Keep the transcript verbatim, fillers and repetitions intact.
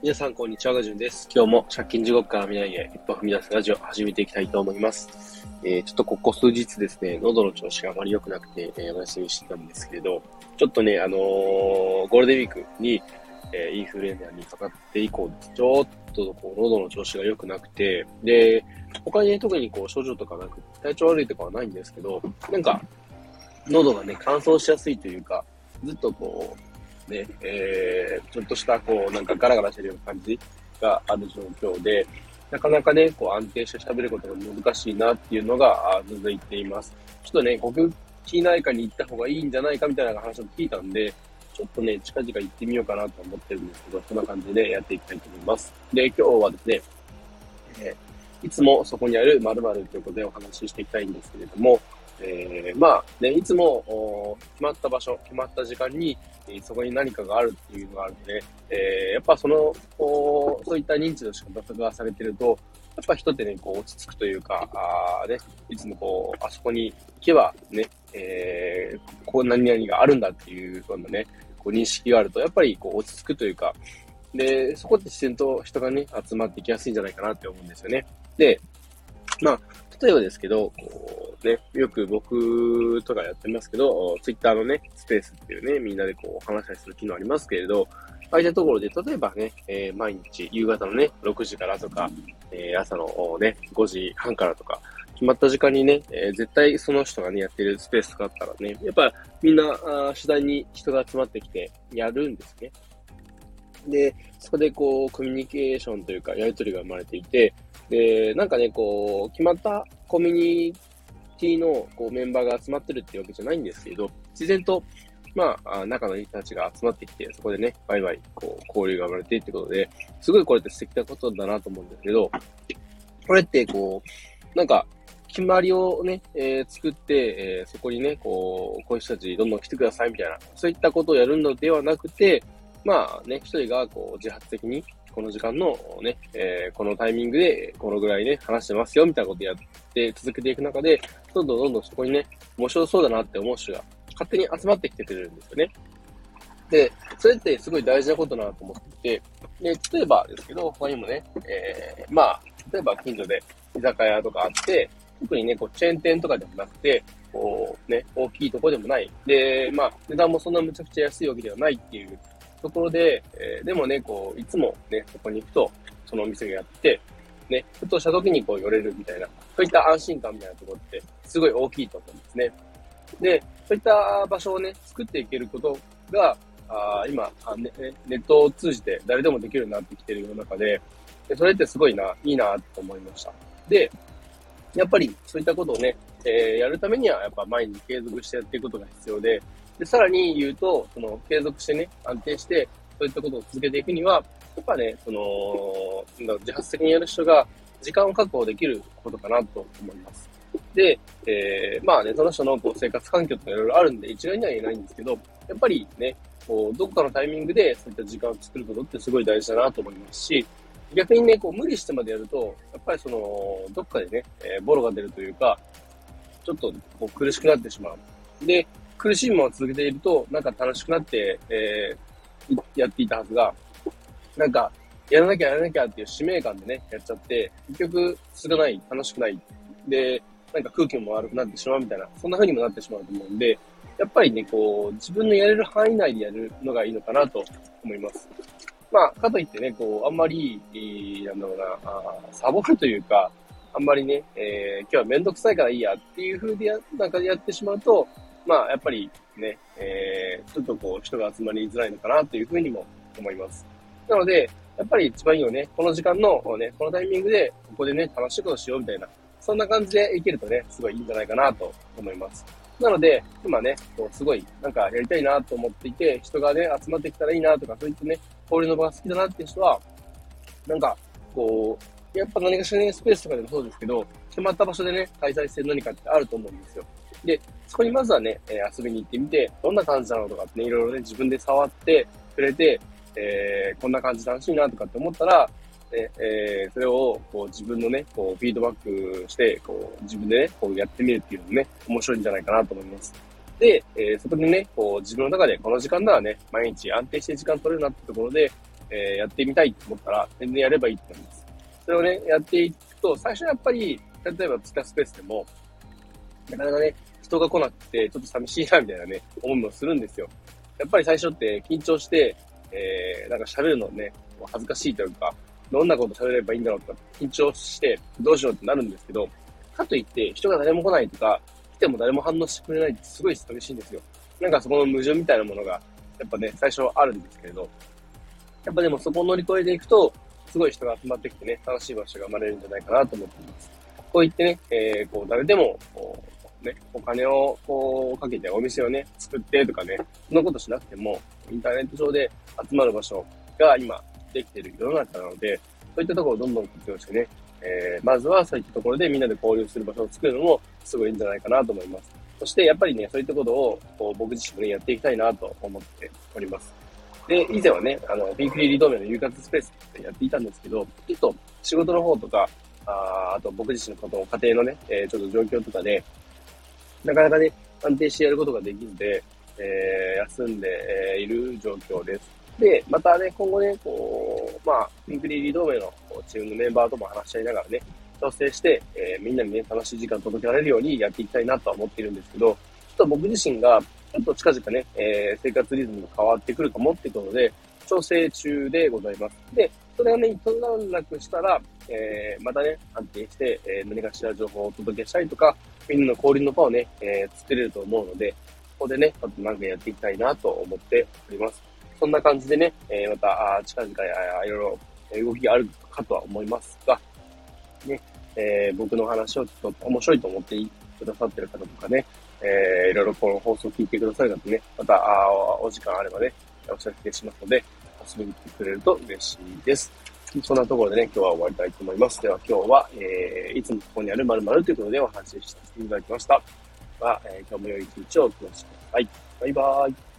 皆さん、こんにちは。ガジュンです。今日も借金地獄から未来へ一歩踏み出すラジオを始めていきたいと思います。えー、ちょっとここ数日ですね、喉の調子があまり良くなくて、えー、お休みしてたんですけれど、ちょっとね、あのー、ゴールデンウィークに、えー、インフルエンザにかかって以降、ちょっとこう喉の調子が良くなくて、で、他にね、特にこう症状とかなく、体調悪いとかはないんですけど、なんか、喉がね、乾燥しやすいというか、ずっとこう、ね、えー、ちょっとした、こう、なんかガラガラしてるような感じがある状況で、なかなかね、こう安定して喋ることが難しいなっていうのが続いています。ちょっとね、呼吸器内科に行った方がいいんじゃないかみたいな話を聞いたんで、ちょっとね、近々行ってみようかなと思ってるんですけど、そんな感じでやっていきたいと思います。で、今日はですね、えー、いつもそこにある〇〇ということでお話ししていきたいんですけれども、えー、まあね、いつも決まった場所、決まった時間に、えー、そこに何かがあるっていうのがあるので、えー、やっぱその、そういった認知の仕方がされてると、やっぱ人ってね、こう落ち着くというか、あね、いつもこう、あそこに行けばね、えー、ここ何々があるんだっていうようなね、こう認識があると、やっぱりこう落ち着くというか、で、そこって自然と人がね、集まってきやすいんじゃないかなって思うんですよね。で、まあ、例えばですけど、こうね、よく僕とかやってますけど、ツイッターのね、スペースっていうね、みんなでこう話したりする機能ありますけれど、ああいったところで、例えばね、えー、毎日夕方のね、ろくじからとか、えー、朝のね、ごじはんからとか、決まった時間にね、えー、絶対その人がね、やってるスペースがあったらね、やっぱみんな、あ次第に人が集まってきてやるんですね。で、そこでこう、コミュニケーションというか、やりとりが生まれていて、で、なんかね、こう、決まったコミュニティのこうメンバーが集まってるっていうわけじゃないんですけど、自然と、まあ、仲のいい人たちが集まってきて、そこでね、バイバイ、こう、交流が生まれてってことで、すごいこれって素敵なことだなと思うんですけど、これってこう、なんか、決まりをね、えー、作って、えー、そこにね、こう、こういう人たちどんどん来てくださいみたいな、そういったことをやるのではなくて、まあね、一人がこう自発的に、この時間のね、えー、このタイミングで、このぐらいね、話してますよ、みたいなことやって続けていく中で、どんどんどんどんそこにね、面白そうだなって思う人が勝手に集まってきてくれるんですよね。で、それってすごい大事なことだなと思っていて、で、例えばですけど、他にもね、えー、まあ、例えば近所で居酒屋とかあって、特にね、こう、チェーン店とかでもなくて、こう、ね、大きいとこでもない。で、まあ、値段もそんなむちゃくちゃ安いわけではないっていうところで、えー、でもね、こう、いつもね、そこに行くと、そのお店がやって、ね、ふとした時にこう寄れるみたいな、そういった安心感みたいなところって、すごい大きいと思うんですね。で、そういった場所をね、作っていけることが、あ今あ、ね、ネットを通じて誰でもできるようになってきている世の中で、でそれってすごいな、いいなと思いました。で、やっぱりそういったことをね、えー、やるためにはやっぱ毎日継続してやっていくことが必要で、で、さらに言うと、その継続してね、安定して、そういったことを続けていくには、やっぱね、その、自発的にやる人が時間を確保できることかなと思います。で、えー、まあね、その人のこう生活環境とかいろいろあるんで、一概には言えないんですけど、やっぱりね、こう、どこかのタイミングでそういった時間を作ることってすごい大事だなと思いますし、逆にね、こう、無理してまでやると、やっぱりその、どっかでね、えー、ボロが出るというか、ちょっとこう苦しくなってしまう。で、苦しいまま続けていると、なんか楽しくなって、えー、やっていたはずが、なんか、やらなきゃやらなきゃっていう使命感でね、やっちゃって、結局、続かない、楽しくない。で、なんか空気も悪くなってしまうみたいな、そんな風にもなってしまうと思うんで、やっぱりね、こう、自分のやれる範囲内でやるのがいいのかなと思います。まあ、かといってね、こう、あんまり、なんだろうな、あサボるというか、あんまりね、えー、今日はめんどくさいからいいやっていう風でや、なんかやってしまうと、まあ、やっぱりね、えー、ちょっとこう、人が集まりづらいのかなという風にも思います。なので、やっぱり一番いいよね、この時間のね、このタイミングで、ここでね、楽しいことしようみたいな、そんな感じでいけるとね、すごいいいんじゃないかなと思います。なので、今ね、こうすごい、なんかやりたいなと思っていて、人がね、集まってきたらいいなとか、そういったね、交流の場が好きだなっていう人は、なんか、こう、やっぱ何かしらね、スペースとかでもそうですけど、決まった場所でね、開催してる何かってあると思うんですよ。で、そこにまずはね、えー、遊びに行ってみて、どんな感じなのとかってね、いろいろね、自分で触って、触れて、えー、こんな感じ楽しいなとかって思ったら、ねえー、それをこう自分のね、こうフィードバックして、こう自分でね、こうやってみるっていうのもね、面白いんじゃないかなと思います。で、えー、そこでね、こう自分の中でこの時間ならね、毎日安定して時間取れるなってところで、 えー、やってみたいと思ったら、全然やればいいと思います。それをね、やっていくと、最初はやっぱり、例えばツイッタースペースでも、なかなかね、人が来なくて、ちょっと寂しいな、みたいなね、思いもするんですよ。やっぱり最初って緊張して、えー、なんか喋るのね、恥ずかしいというか、どんなこと喋ればいいんだろうとか、緊張して、どうしようってなるんですけど、かといって、人が誰も来ないとか、来ても誰も反応してくれないってすごい寂しいんですよ。なんかそこの矛盾みたいなものが、やっぱね、最初はあるんですけれど、やっぱでもそこを乗り越えていくと、すごい人が集まってきてね、楽しい場所が生まれるんじゃないかなと思っています。こう言ってね、えー、こう誰でも、こうね、お金をこうかけてお店をね、作ってとかね、そんなことしなくても、インターネット上で集まる場所が今できている世の中なので、そういったところをどんどん活用してね、えー、まずはそういったところでみんなで交流する場所を作るのもすごいいいんじゃないかなと思います。そしてやっぱりね、そういったことをこう僕自身もね、やっていきたいなと思っております。で、以前はね、あの、ピンクリリー同盟の遊活スペースってやっていたんですけど、ちょっと仕事の方とか、あ, あと僕自身のこと、家庭のね、えー、ちょっと状況とかで、なかなかね、安定してやることができずで、えー、休んで、えー、いる状況です。で、またね、今後ね、こう、まあ、ピンクリリー同盟のチームのメンバーとも話し合いながらね、調整して、えー、みんなにね、楽しい時間を届けられるようにやっていきたいなとは思っているんですけど、ちょっと僕自身が、ちょっと近々ね、えー、生活リズムが変わってくると思っているので、調整中でございます。で、それがね、一段落したら、えー、またね、安定して、えー、何かしら情報をお届けしたりとか、みんなの交流の場をね、えー、作れると思うので、ここでね、また何かやっていきたいなと思っております。そんな感じでね、えー、また、あ近々いろいろ動きがあるかとは思いますが、ね、えー、僕の話をちょっと面白いと思ってくださってる方とかね、えー、いろいろこの放送を聞いてくださる方ね、また、あお時間あればね、お知らせしますので、遊びに来てくれると嬉しいです。そんなところでね、今日は終わりたいと思います。では今日は、えー、いつもここにある〇〇ということでお話しさせていただきました。まあ、えー、今日も良い一日をお過ごしください。バイバーイ。